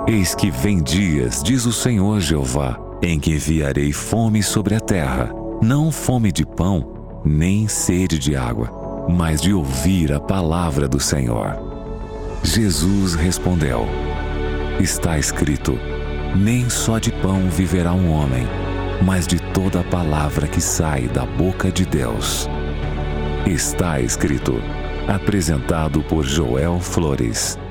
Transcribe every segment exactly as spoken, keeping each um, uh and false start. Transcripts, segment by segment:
Eis que vem dias, diz o Senhor Jeová, em que enviarei fome sobre a terra, não fome de pão, nem sede de água, mas de ouvir a palavra do Senhor. Jesus respondeu: está escrito, nem só de pão viverá um homem, mas de toda a palavra que sai da boca de Deus. Está escrito. Apresentado por Joel Flores.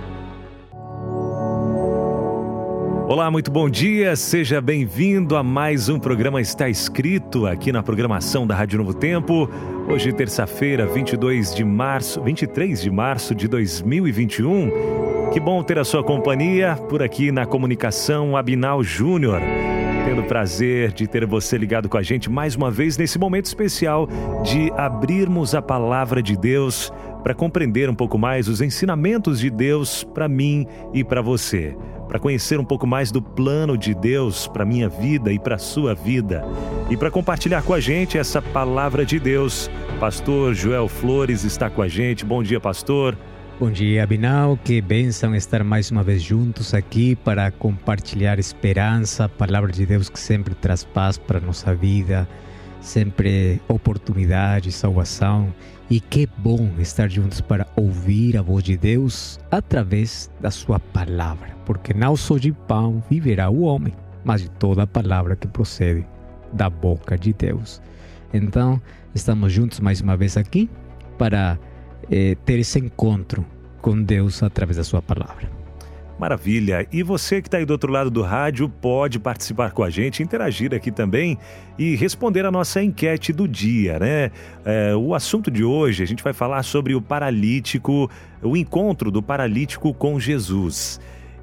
Olá, muito bom dia, seja bem-vindo a mais um programa Está Escrito aqui na programação da Rádio Novo Tempo. Hoje, terça-feira, vinte e dois de março, vinte e três de março de dois mil e vinte e um. Que bom ter a sua companhia por aqui na comunicação Abinal Júnior. Tendo o prazer de ter você ligado com a gente mais uma vez nesse momento especial de abrirmos a palavra de Deus para compreender um pouco mais os ensinamentos de Deus para mim e para você. Para conhecer um pouco mais do plano de Deus para a minha vida e para a sua vida. E para compartilhar com a gente essa palavra de Deus, pastor Joel Flores está com a gente. Bom dia, pastor. Bom dia, Abinal. Que bênção estar mais uma vez juntos aqui para compartilhar esperança, a palavra de Deus que sempre traz paz para a nossa vida, sempre oportunidade, salvação. E que bom estar juntos para ouvir a voz de Deus através da sua palavra, porque não só de pão viverá o homem, mas de toda a palavra que procede da boca de Deus. Então, estamos juntos mais uma vez aqui para eh, ter esse encontro com Deus através da sua palavra. Maravilha! E você que está aí do outro lado do rádio pode participar com a gente, interagir aqui também e responder a nossa enquete do dia, né? É, o assunto de hoje, a gente vai falar sobre o paralítico, o encontro do paralítico com Jesus.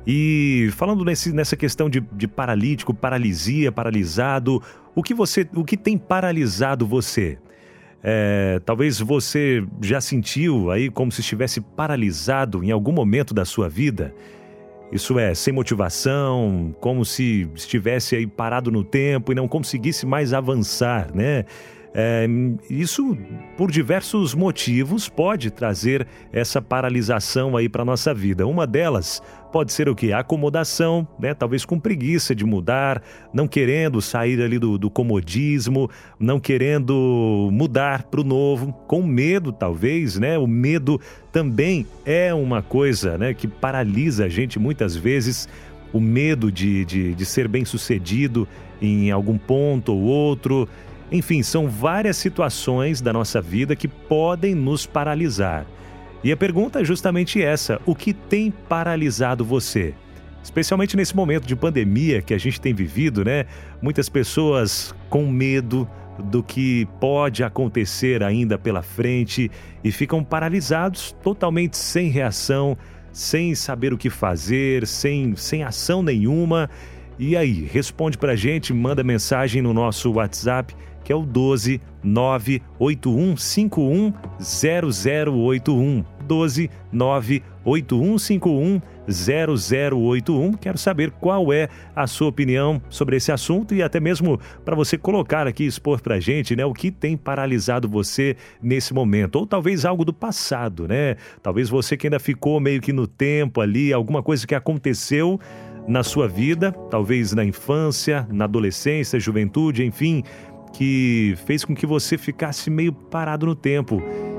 E falando nesse, nessa questão de, de paralítico, paralisia, paralisado, o que, você, o que tem paralisado você? É, talvez você já sentiu aí como se estivesse paralisado em algum momento da sua vida. Isso é, sem motivação, como se estivesse aí parado no tempo e não conseguisse mais avançar, né? É, isso, por diversos motivos, pode trazer essa paralisação aí para a nossa vida. Uma delas pode ser o quê? A acomodação, né? Talvez com preguiça de mudar, não querendo sair ali do, do comodismo, não querendo mudar para o novo, com medo talvez, né? O medo também é uma coisa, né, que paralisa a gente muitas vezes. O medo de, de, de ser bem-sucedido em algum ponto ou outro. Enfim, são várias situações da nossa vida que podem nos paralisar. E a pergunta é justamente essa: o que tem paralisado você? Especialmente nesse momento de pandemia que a gente tem vivido, né? Muitas pessoas com medo do que pode acontecer ainda pela frente e ficam paralisados, totalmente sem reação, sem saber o que fazer, sem, sem ação nenhuma. E aí, responde pra gente, manda mensagem no nosso WhatsApp, que é o doze nove oito um cinco um zero zero oito um. doze nove oito um cinco um zero zero oito um. Quero saber qual é a sua opinião sobre esse assunto e até mesmo para você colocar aqui, expor pra gente, né, o que tem paralisado você nesse momento. Ou talvez algo do passado, né? Talvez você que ainda ficou meio que no tempo ali, alguma coisa que aconteceu na sua vida, talvez na infância, na adolescência, juventude, enfim, que fez com que você ficasse meio parado no tempo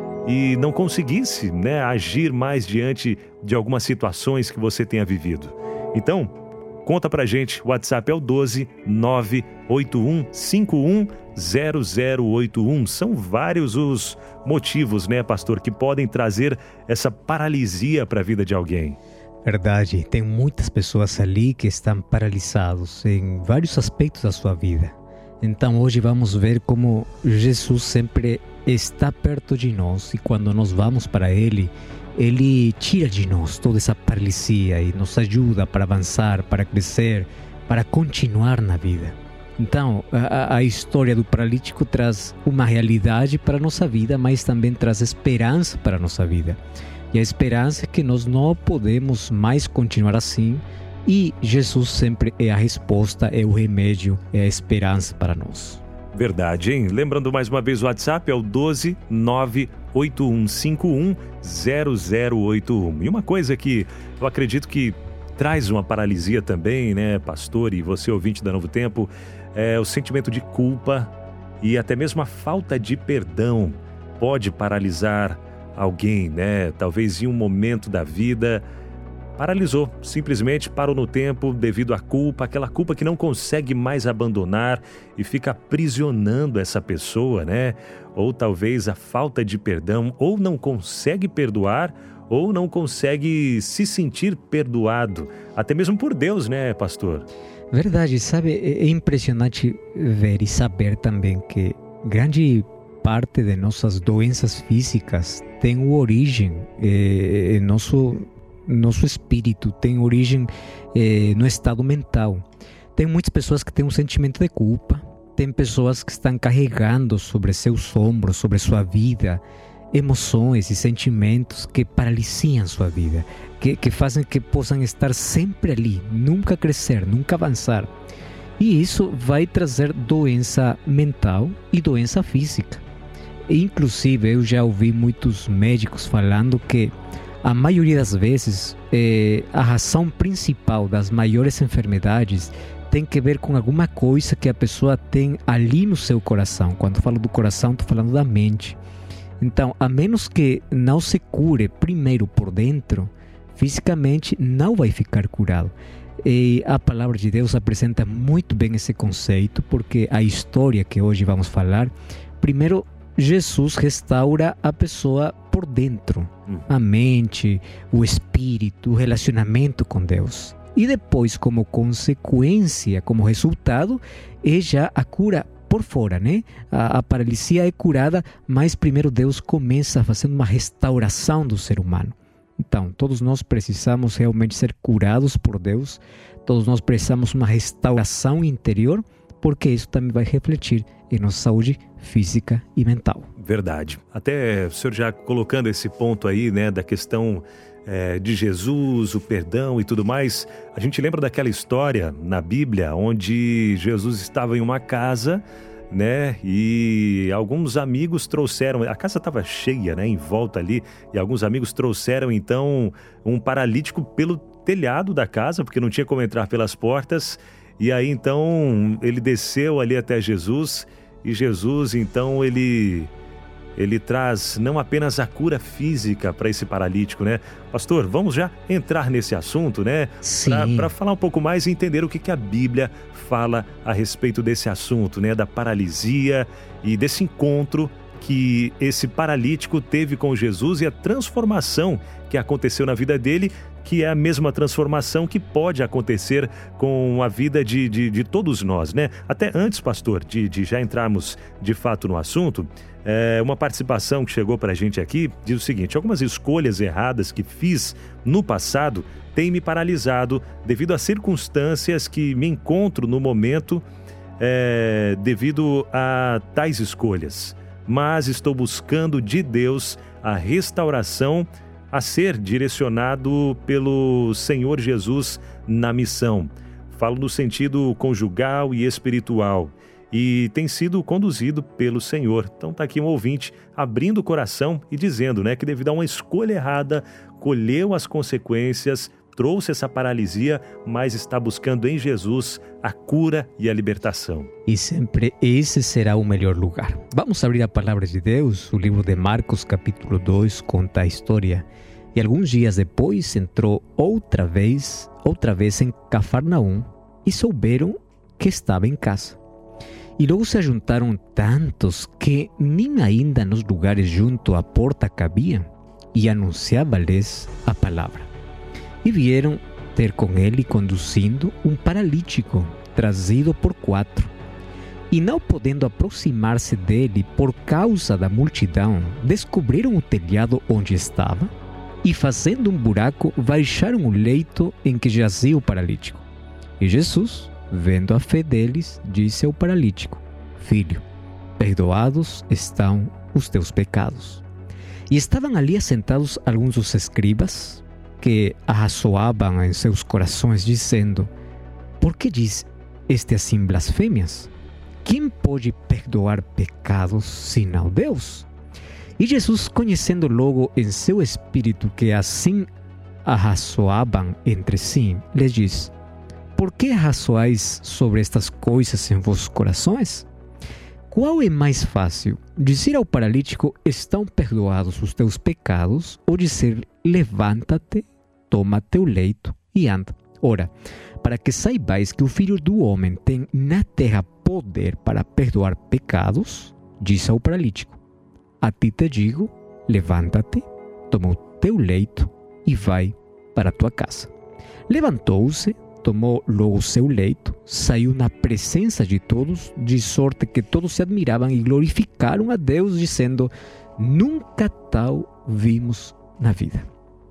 e não conseguisse, né, agir mais diante de algumas situações que você tenha vivido. Então, conta pra gente, o WhatsApp é o doze nove oito um cinco um zero zero oito um. São vários os motivos, né, pastor, que podem trazer essa paralisia para a vida de alguém. Verdade, tem muitas pessoas ali que estão paralisados em vários aspectos da sua vida. Então hoje vamos ver como Jesus sempre está perto de nós e quando nós vamos para Ele, Ele tira de nós toda essa paralisia e nos ajuda para avançar, para crescer, para continuar na vida. Então a, a história do paralítico traz uma realidade para a nossa vida, mas também traz esperança para a nossa vida. E a esperança é que nós não podemos mais continuar assim. E Jesus sempre é a resposta, é o remédio, é a esperança para nós. Verdade, hein? Lembrando mais uma vez, o WhatsApp é o doze nove oito um cinco um zero zero oito um. E uma coisa que eu acredito que traz uma paralisia também, né, pastor, e você ouvinte da Novo Tempo, é o sentimento de culpa e até mesmo a falta de perdão pode paralisar alguém, né? Talvez em um momento da vida paralisou, simplesmente parou no tempo devido à culpa, aquela culpa que não consegue mais abandonar e fica aprisionando essa pessoa, né? Ou talvez a falta de perdão, ou não consegue perdoar, ou não consegue se sentir perdoado, até mesmo por Deus, né, pastor? Verdade, sabe, é impressionante ver e saber também que grande parte de nossas doenças físicas tem origem em nosso, nosso espírito, tem origem eh, no estado mental. Tem muitas pessoas que têm um sentimento de culpa, tem pessoas que estão carregando sobre seus ombros, sobre sua vida, emoções e sentimentos que paralisam sua vida, que, que fazem que possam estar sempre ali, nunca crescer, nunca avançar. E isso vai trazer doença mental e doença física. Inclusive, eu já ouvi muitos médicos falando que a maioria das vezes eh, a razão principal das maiores enfermidades tem que ver com alguma coisa que a pessoa tem ali no seu coração. Quando eu falo do coração, estou falando da mente. Então, a menos que não se cure primeiro por dentro, fisicamente não vai ficar curado. E a palavra de Deus apresenta muito bem esse conceito, porque a história que hoje vamos falar, primeiro, Jesus restaura a pessoa por dentro, a mente, o espírito, o relacionamento com Deus. E depois, como consequência, como resultado, é já a cura por fora, né? A, a paralisia é curada, mas primeiro Deus começa fazendo uma restauração do ser humano. Então, todos nós precisamos realmente ser curados por Deus, todos nós precisamos de uma restauração interior, porque isso também vai refletir em nossa saúde física e mental. Verdade. Até o senhor já colocando esse ponto aí, né, da questão é, de Jesus, o perdão e tudo mais, a gente lembra daquela história na Bíblia onde Jesus estava em uma casa, né, e alguns amigos trouxeram, a casa estava cheia, né, em volta ali, e alguns amigos trouxeram então um paralítico pelo telhado da casa, porque não tinha como entrar pelas portas, e aí então ele desceu ali até Jesus, e Jesus então ele, ele traz não apenas a cura física para esse paralítico, né? Pastor, vamos já entrar nesse assunto, né? Sim. Para falar um pouco mais e entender o que, que a Bíblia fala a respeito desse assunto, né? Da paralisia e desse encontro que esse paralítico teve com Jesus e a transformação que aconteceu na vida dele, que é a mesma transformação que pode acontecer com a vida de, de, de todos nós, né? Até antes, pastor, de, de já entrarmos de fato no assunto, é, uma participação que chegou para a gente aqui diz o seguinte: algumas escolhas erradas que fiz no passado têm me paralisado devido a circunstâncias que me encontro no momento é, devido a tais escolhas. Mas estou buscando de Deus a restauração a ser direcionado pelo Senhor Jesus na missão. Falo no sentido conjugal e espiritual. E tem sido conduzido pelo Senhor. Então está aqui um ouvinte abrindo o coração e dizendo, né, que devido a uma escolha errada, colheu as consequências, trouxe essa paralisia, mas está buscando em Jesus a cura e a libertação. E sempre esse será o melhor lugar. Vamos abrir a palavra de Deus. O livro de Marcos, capítulo dois, conta a história. E alguns dias depois entrou outra vez, outra vez em Cafarnaum, e souberam que estava em casa. E logo se ajuntaram tantos que nem ainda nos lugares junto à porta cabiam, e anunciava-lhes a palavra. E vieram ter com ele conduzindo um paralítico, trazido por quatro. E não podendo aproximar-se dele por causa da multidão, descobriram o telhado onde estava, e fazendo um buraco, baixaram o leito em que jazia o paralítico. E Jesus, vendo a fé deles, disse ao paralítico: Filho, perdoados estão os teus pecados. E estavam ali assentados alguns dos escribas, que arrazoavam em seus corações, dizendo: Por que diz este assim blasfêmias? Quem pode perdoar pecados senão Deus? E Jesus, conhecendo logo em seu espírito que assim arrazoavam entre si, lhes diz: por que arrazoais sobre estas coisas em vossos corações? Qual é mais fácil, dizer ao paralítico: estão perdoados os teus pecados, ou dizer: levanta-te, toma teu leito e anda? Ora, para que saibais que o Filho do Homem tem na terra poder para perdoar pecados, disse ao paralítico: a ti te digo, levanta-te, toma o teu leito e vai para a tua casa. Levantou-se, tomou logo seu leito, saiu na presença de todos, de sorte que todos se admiravam e glorificaram a Deus, dizendo: nunca tal vimos na vida.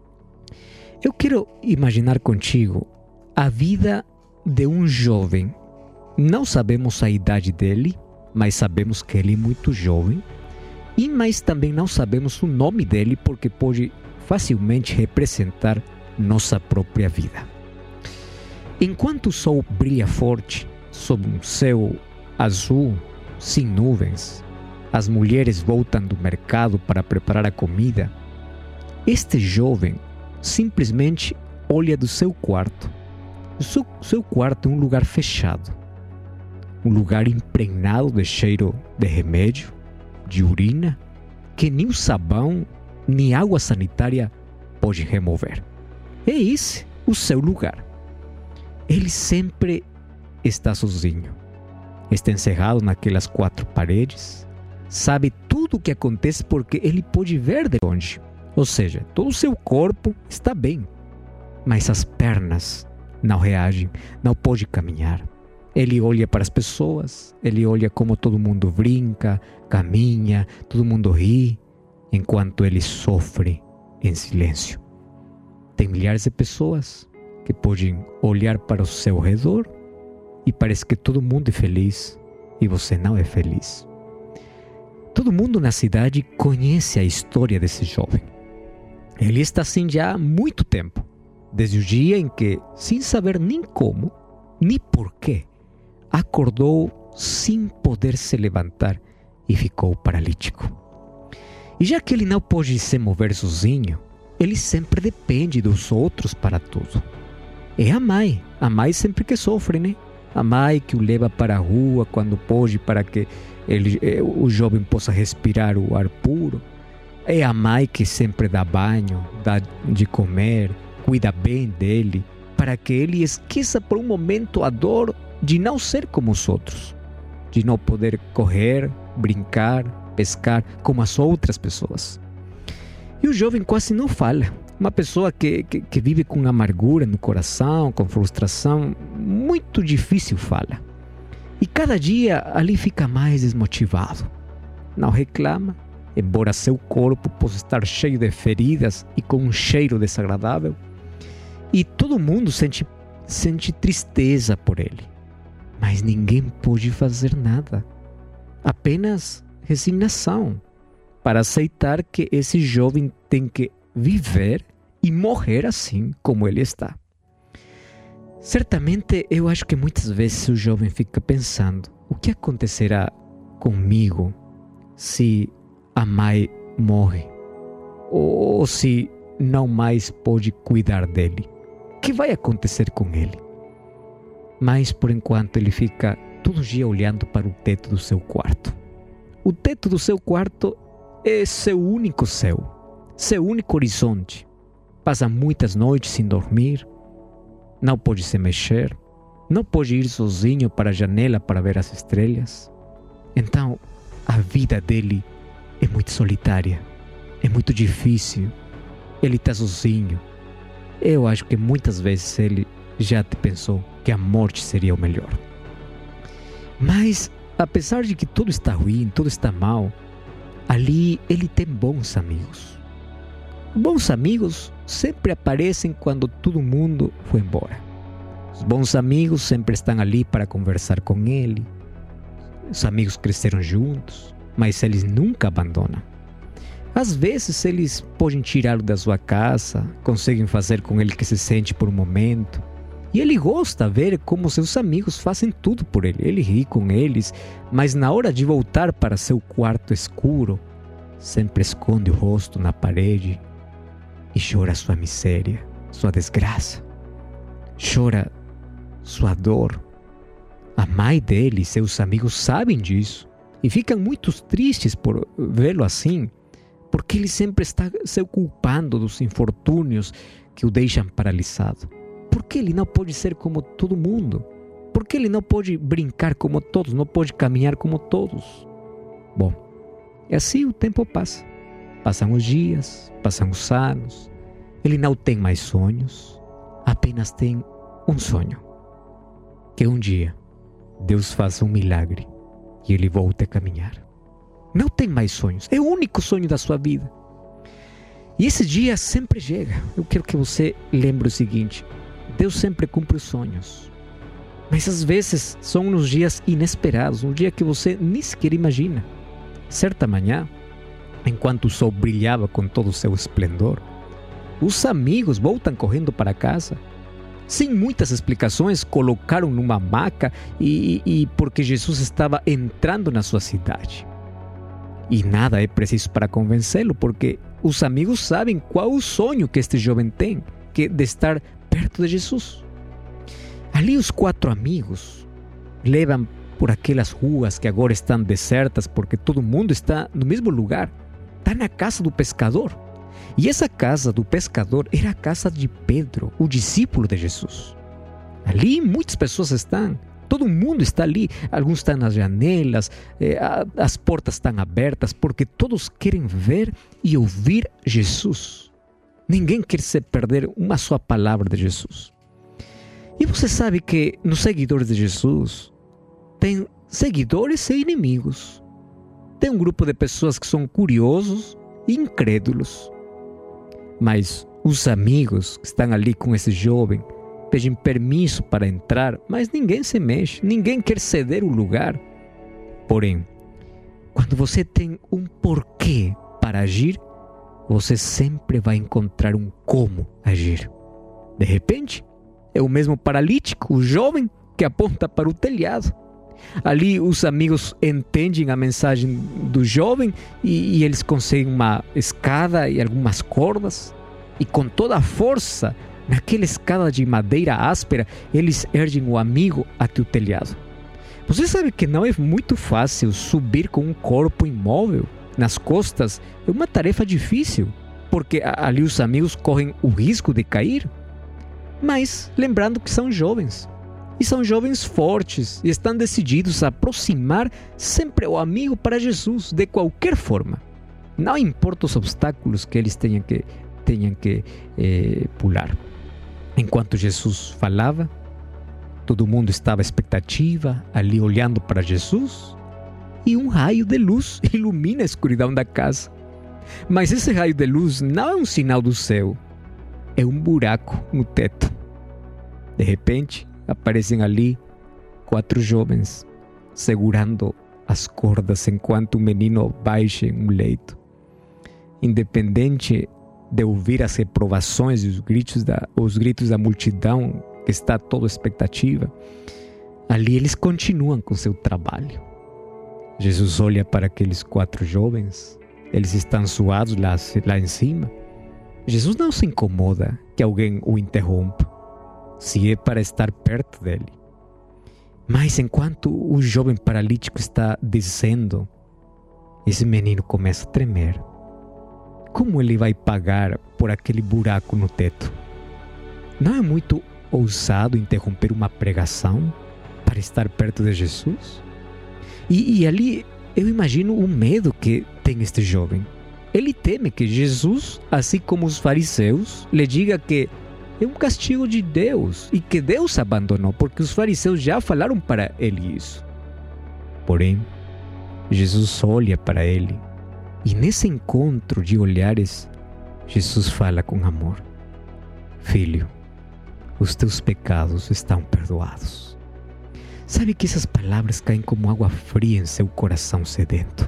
Eu quero imaginar contigo a vida de um jovem. Não sabemos a idade dele, mas sabemos que ele é muito jovem. E mas também não sabemos o nome dele, porque pode facilmente representar nossa própria vida. Enquanto o sol brilha forte sob um céu azul, sem nuvens, as mulheres voltam do mercado para preparar a comida, este jovem simplesmente olha do seu quarto. O seu, seu quarto é um lugar fechado, um lugar impregnado de cheiro de remédio, de urina, que nem o sabão nem água sanitária pode remover. É esse o seu lugar. Ele sempre está sozinho, está encerrado naquelas quatro paredes, sabe tudo o que acontece porque ele pode ver de longe. Ou seja, todo o seu corpo está bem, mas as pernas não reagem, não pode caminhar. Ele olha para as pessoas, ele olha como todo mundo brinca, caminha, todo mundo ri, enquanto ele sofre em silêncio. Tem milhares de pessoas que podem olhar para o seu redor e parece que todo mundo é feliz e você não é feliz. Todo mundo na cidade conhece a história desse jovem. Ele está assim já há muito tempo, desde o dia em que, sem saber nem como, nem porquê, acordou sem poder se levantar e ficou paralítico. E já que ele não pode se mover sozinho, ele sempre depende dos outros para tudo. É a mãe, a mãe sempre que sofre, né? A mãe que o leva para a rua quando pode, para que ele, o jovem possa respirar o ar puro. É a mãe que sempre dá banho, dá de comer, cuida bem dele, para que ele esqueça por um momento a dor de não ser como os outros, de não poder correr, brincar, pescar como as outras pessoas. E o jovem quase não fala. Uma pessoa que, que, que vive com amargura no coração, com frustração, muito difícil fala. E cada dia ali fica mais desmotivado. Não reclama, embora seu corpo possa estar cheio de feridas e com um cheiro desagradável. E todo mundo sente, sente tristeza por ele. Mas ninguém pode fazer nada. Apenas resignação para aceitar que esse jovem tem que viver e morrer assim como ele está. Certamente, eu acho que muitas vezes o jovem fica pensando: o que acontecerá comigo se a mãe morre? Ou se não mais pode cuidar dele? O que vai acontecer com ele? Mas, por enquanto, ele fica todo dia olhando para o teto do seu quarto. O teto do seu quarto é seu único céu, seu único horizonte. Passa muitas noites sem dormir, não pode se mexer, não pode ir sozinho para a janela para ver as estrelas. Então, a vida dele é muito solitária, é muito difícil. Ele está sozinho. Eu acho que muitas vezes ele já te pensou que a morte seria o melhor. Mas, apesar de que tudo está ruim, tudo está mal, ali ele tem bons amigos. Bons amigos sempre aparecem quando todo mundo foi embora. Os bons amigos sempre estão ali para conversar com ele. Os amigos cresceram juntos, mas eles nunca abandonam. Às vezes eles podem tirá-lo da sua casa, conseguem fazer com ele que se sente por um momento. E ele gosta de ver como seus amigos fazem tudo por ele. Ele ri com eles, mas na hora de voltar para seu quarto escuro, sempre esconde o rosto na parede e chora sua miséria, sua desgraça, chora sua dor. A mãe dele e seus amigos sabem disso e ficam muito tristes por vê-lo assim, porque ele sempre está se culpando dos infortúnios que o deixam paralisado. Por que ele não pode ser como todo mundo? Por que ele não pode brincar como todos, não pode caminhar como todos? Bom, e assim o tempo passa. Passam os dias, passam os anos. Ele não tem mais sonhos, apenas tem um sonho. Que um dia Deus faça um milagre e ele volte a caminhar. Não tem mais sonhos, é o único sonho da sua vida. E esse dia sempre chega. Eu quero que você lembre o seguinte: Deus sempre cumpre os sonhos. Mas às vezes são nos dias inesperados, um dia que você nem sequer imagina. Certa manhã, enquanto o sol brilhava com todo o seu esplendor, os amigos voltam correndo para casa. Sem muitas explicações, colocaram numa maca e, e porque Jesus estava entrando na sua cidade. E nada é preciso para convencê-lo, porque os amigos sabem qual o sonho que este jovem tem, que é de estar perto de Jesus. Ali os quatro amigos levam por aquelas ruas que agora estão desertas, porque todo mundo está no mesmo lugar. Está na casa do pescador. E essa casa do pescador era a casa de Pedro, o discípulo de Jesus. Ali muitas pessoas estão, todo mundo está ali. Alguns estão nas janelas, eh, as portas estão abertas, porque todos querem ver e ouvir Jesus. Ninguém quer se perder uma só palavra de Jesus. E você sabe que nos seguidores de Jesus tem seguidores e inimigos. Tem um grupo de pessoas que são curiosos e incrédulos. Mas os amigos que estão ali com esse jovem pedem permisso para entrar, mas ninguém se mexe, ninguém quer ceder o lugar. Porém, quando você tem um porquê para agir, você sempre vai encontrar um como agir. De repente, é o mesmo paralítico, o jovem, que aponta para o telhado. Ali os amigos entendem a mensagem do jovem e, e eles conseguem uma escada e algumas cordas. E com toda a força, naquela escada de madeira áspera, eles erguem o amigo até o telhado. Você sabe que não é muito fácil subir com um corpo imóvel nas costas. É uma tarefa difícil, porque ali os amigos correm o risco de cair. Mas lembrando que são jovens. E são jovens fortes e estão decididos a aproximar sempre o amigo para Jesus, de qualquer forma. Não importa os obstáculos que eles tenham que, tenham que eh, pular. Enquanto Jesus falava, todo mundo estava à expectativa, ali olhando para Jesus, e um raio de luz ilumina a escuridão da casa. Mas esse raio de luz não é um sinal do céu, é um buraco no teto. De repente, aparecem ali quatro jovens segurando as cordas enquanto o menino baixa em um leito. Independente de ouvir as reprovações e os gritos da, os gritos da multidão, que está toda expectativa, ali eles continuam com seu trabalho. Jesus olha para aqueles quatro jovens, eles estão suados lá, lá em cima. Jesus não se incomoda que alguém o interrompa, se é para estar perto dele. Mas enquanto o jovem paralítico está descendo, esse menino começa a tremer. Como ele vai pagar por aquele buraco no teto? Não é muito ousado interromper uma pregação para estar perto de Jesus? E, e ali eu imagino o medo que tem este jovem. Ele teme que Jesus, assim como os fariseus, lhe diga que é um castigo de Deus e que Deus abandonou, porque os fariseus já falaram para ele isso. Porém, Jesus olha para ele e nesse encontro de olhares, Jesus fala com amor: Filho, os teus pecados estão perdoados. Sabe que essas palavras caem como água fria em seu coração sedento.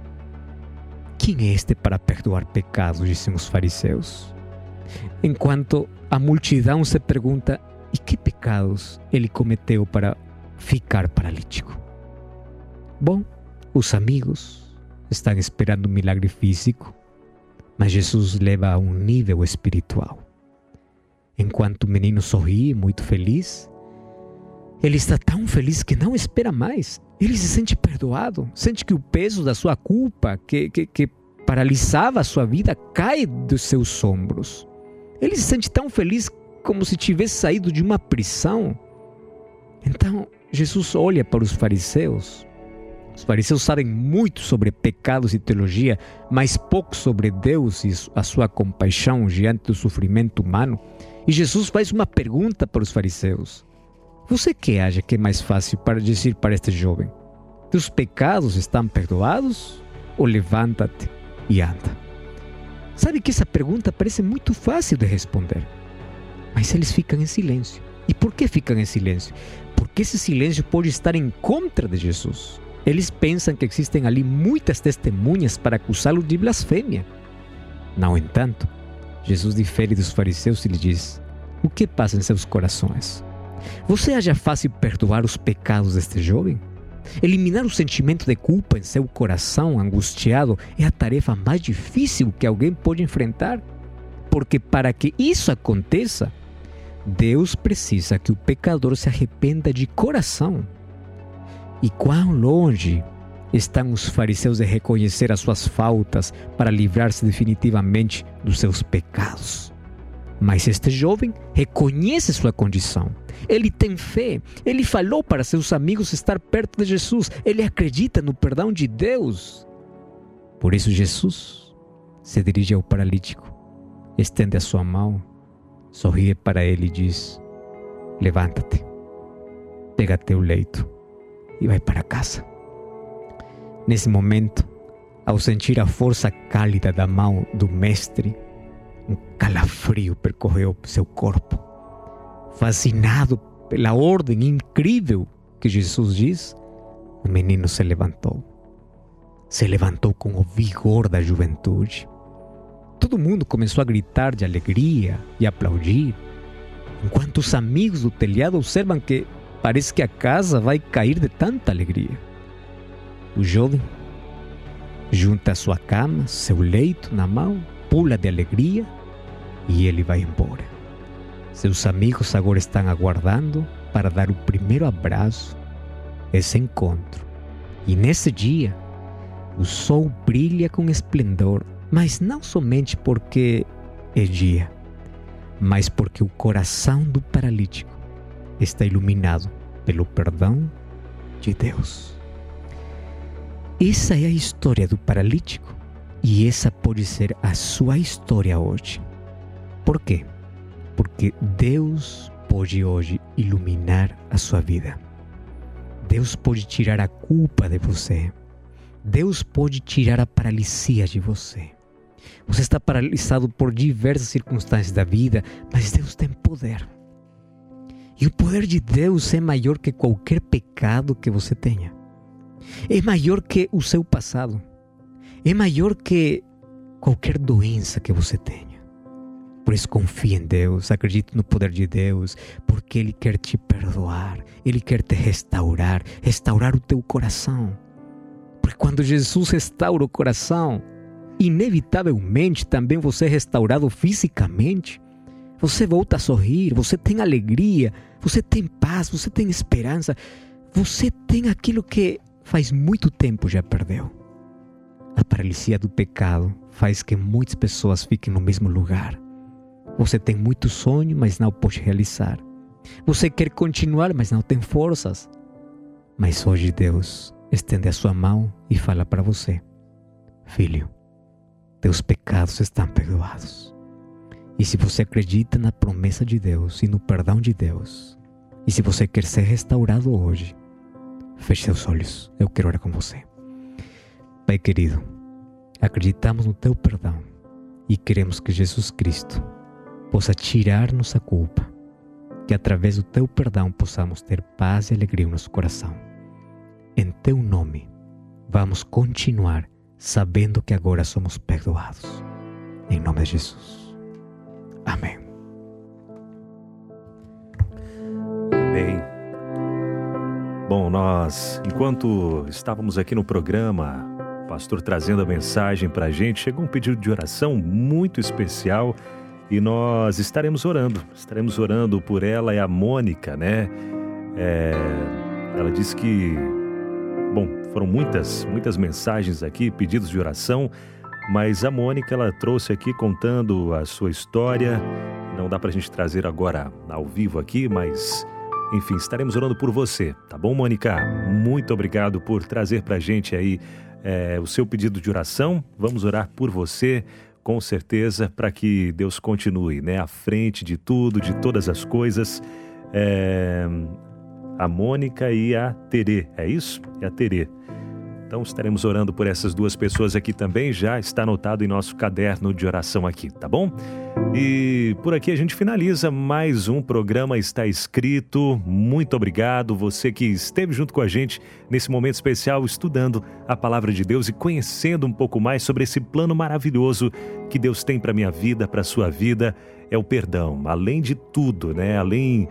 Quem é este para perdoar pecados, dizem os fariseus. Enquanto a multidão se pergunta: e que pecados ele cometeu para ficar paralítico? Bom, os amigos estão esperando um milagre físico, mas Jesus leva a um nível espiritual. Enquanto o menino sorri, muito feliz, ele está tão feliz que não espera mais. Ele se sente perdoado, sente que o peso da sua culpa, que, que, que paralisava a sua vida, cai dos seus ombros. Ele se sente tão feliz como se tivesse saído de uma prisão. Então, Jesus olha para os fariseus. Os fariseus sabem muito sobre pecados e teologia, mas pouco sobre Deus e a sua compaixão diante do sofrimento humano. E Jesus faz uma pergunta para os fariseus. Você que acha que é mais fácil para dizer para este jovem? Teus pecados estão perdoados? Ou levanta-te e anda? Sabe que essa pergunta parece muito fácil de responder. Mas eles ficam em silêncio. E por que ficam em silêncio? Porque esse silêncio pode estar em contra de Jesus. Eles pensam que existem ali muitas testemunhas para acusá-lo de blasfêmia. No entanto, Jesus difere dos fariseus e lhe diz: o que passa em seus corações? Você acha fácil perdoar os pecados deste jovem? Eliminar o sentimento de culpa em seu coração angustiado é a tarefa mais difícil que alguém pode enfrentar. Porque para que isso aconteça, Deus precisa que o pecador se arrependa de coração. E quão longe estão os fariseus de reconhecer as suas faltas para livrar-se definitivamente dos seus pecados. Mas este jovem reconhece sua condição. Ele tem fé. Ele falou para seus amigos estar perto de Jesus. Ele acredita no perdão de Deus. Por isso Jesus se dirige ao paralítico, estende a sua mão, sorri para ele e diz: levanta-te, pega teu leito e vai para casa. Nesse momento, ao sentir a força cálida da mão do mestre, um calafrio percorreu seu corpo. Fascinado pela ordem incrível que Jesus diz, o menino se levantou. Se levantou com o vigor da juventude. Todo mundo começou a gritar de alegria e aplaudir, enquanto os amigos do telhado observam que parece que a casa vai cair de tanta alegria. O jovem junta a sua cama, seu leito na mão, pula de alegria e ele vai embora. Seus amigos agora estão aguardando para dar o primeiro abraço, esse encontro. E nesse dia, o sol brilha com esplendor, mas não somente porque é dia, mas porque o coração do paralítico está iluminado pelo perdão de Deus. Essa é a história do paralítico e essa pode ser a sua história hoje. Por quê? Porque Deus pode hoje iluminar a sua vida. Deus pode tirar a culpa de você. Deus pode tirar a paralisia de você. Você está paralisado por diversas circunstâncias da vida, mas Deus tem poder. E o poder de Deus é maior que qualquer pecado que você tenha. É maior que o seu passado. É maior que qualquer doença que você tenha. Por isso confie em Deus, acredite no poder de Deus, porque Ele quer te perdoar, Ele quer te restaurar, restaurar o teu coração. Porque quando Jesus restaura o coração, inevitavelmente também você é restaurado fisicamente. Você volta a sorrir, você tem alegria, você tem paz, você tem esperança. Você tem aquilo que faz muito tempo já perdeu. A paralisia do pecado faz que muitas pessoas fiquem no mesmo lugar. Você tem muito sonho, mas não pode realizar. Você quer continuar, mas não tem forças. Mas hoje Deus estende a sua mão e fala para você: filho, teus pecados estão perdoados. E se você acredita na promessa de Deus e no perdão de Deus, e se você quer ser restaurado hoje, feche seus olhos, eu quero orar com você. Pai querido, acreditamos no teu perdão e queremos que Jesus Cristo possa tirar-nos a culpa, que através do teu perdão possamos ter paz e alegria no nosso coração. Em teu nome, vamos continuar sabendo que agora somos perdoados. Em nome de Jesus. Amém. Bem, bom, nós, enquanto estávamos aqui no programa, o pastor trazendo a mensagem para a gente, chegou um pedido de oração muito especial e nós estaremos orando, estaremos orando por ela e a Mônica, né? É, ela disse que, bom, foram muitas, muitas mensagens aqui, pedidos de oração, mas a Mônica, ela trouxe aqui contando a sua história. Não dá pra gente trazer agora ao vivo aqui, mas, enfim, estaremos orando por você, tá bom, Mônica? Muito obrigado por trazer pra gente aí é, o seu pedido de oração. Vamos orar por você, com certeza, para que Deus continue, né, à frente de tudo, de todas as coisas. É, a Mônica e a Terê, é isso? É a Terê. Então estaremos orando por essas duas pessoas aqui também, já está anotado em nosso caderno de oração aqui, tá bom? E por aqui a gente finaliza mais um programa Está Escrito. Muito obrigado, você que esteve junto com a gente nesse momento especial, estudando a Palavra de Deus e conhecendo um pouco mais sobre esse plano maravilhoso que Deus tem para a minha vida, para a sua vida, é o perdão. Além de tudo, né? Além...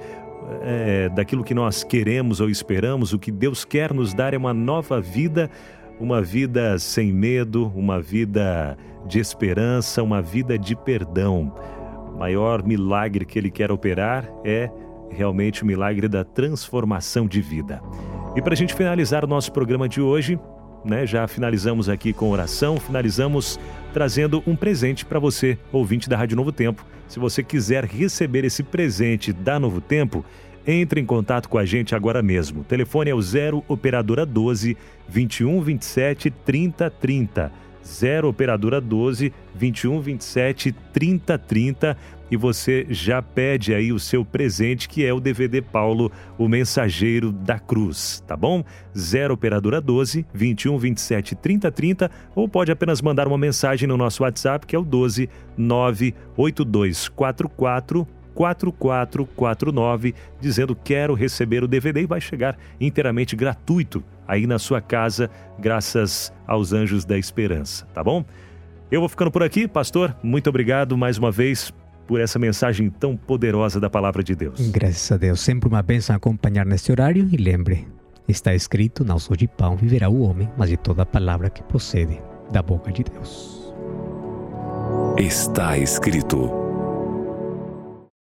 É, daquilo que nós queremos ou esperamos, o que Deus quer nos dar é uma nova vida, uma vida sem medo, uma vida de esperança, uma vida de perdão. O maior milagre que Ele quer operar é realmente o milagre da transformação de vida. E para a gente finalizar o nosso programa de hoje, né, já finalizamos aqui com oração, finalizamos trazendo um presente para você, ouvinte da Rádio Novo Tempo. Se você quiser receber esse presente da Novo Tempo, entre em contato com a gente agora mesmo. O telefone é o zero operadora doze, vinte e um, vinte e sete, trinta, trinta. zero operadora doze, vinte e um, vinte e sete, trinta, trinta. E você já pede aí o seu presente, que é o D V D Paulo, o Mensageiro da Cruz, tá bom? zero operadora doze, vinte e um, vinte e sete, trinta, trinta, ou pode apenas mandar uma mensagem no nosso WhatsApp, que é o doze, nove oito dois quatro quatro, quatro quatro quatro nove, dizendo quero receber o D V D, e vai chegar inteiramente gratuito aí na sua casa, graças aos Anjos da Esperança, tá bom? Eu vou ficando por aqui, pastor, muito obrigado mais uma vez por essa mensagem tão poderosa da Palavra de Deus. Graças a Deus, sempre uma bênção acompanhar neste horário, e lembre, está escrito, não só de pão viverá o homem, mas de toda palavra que procede da boca de Deus. Está escrito.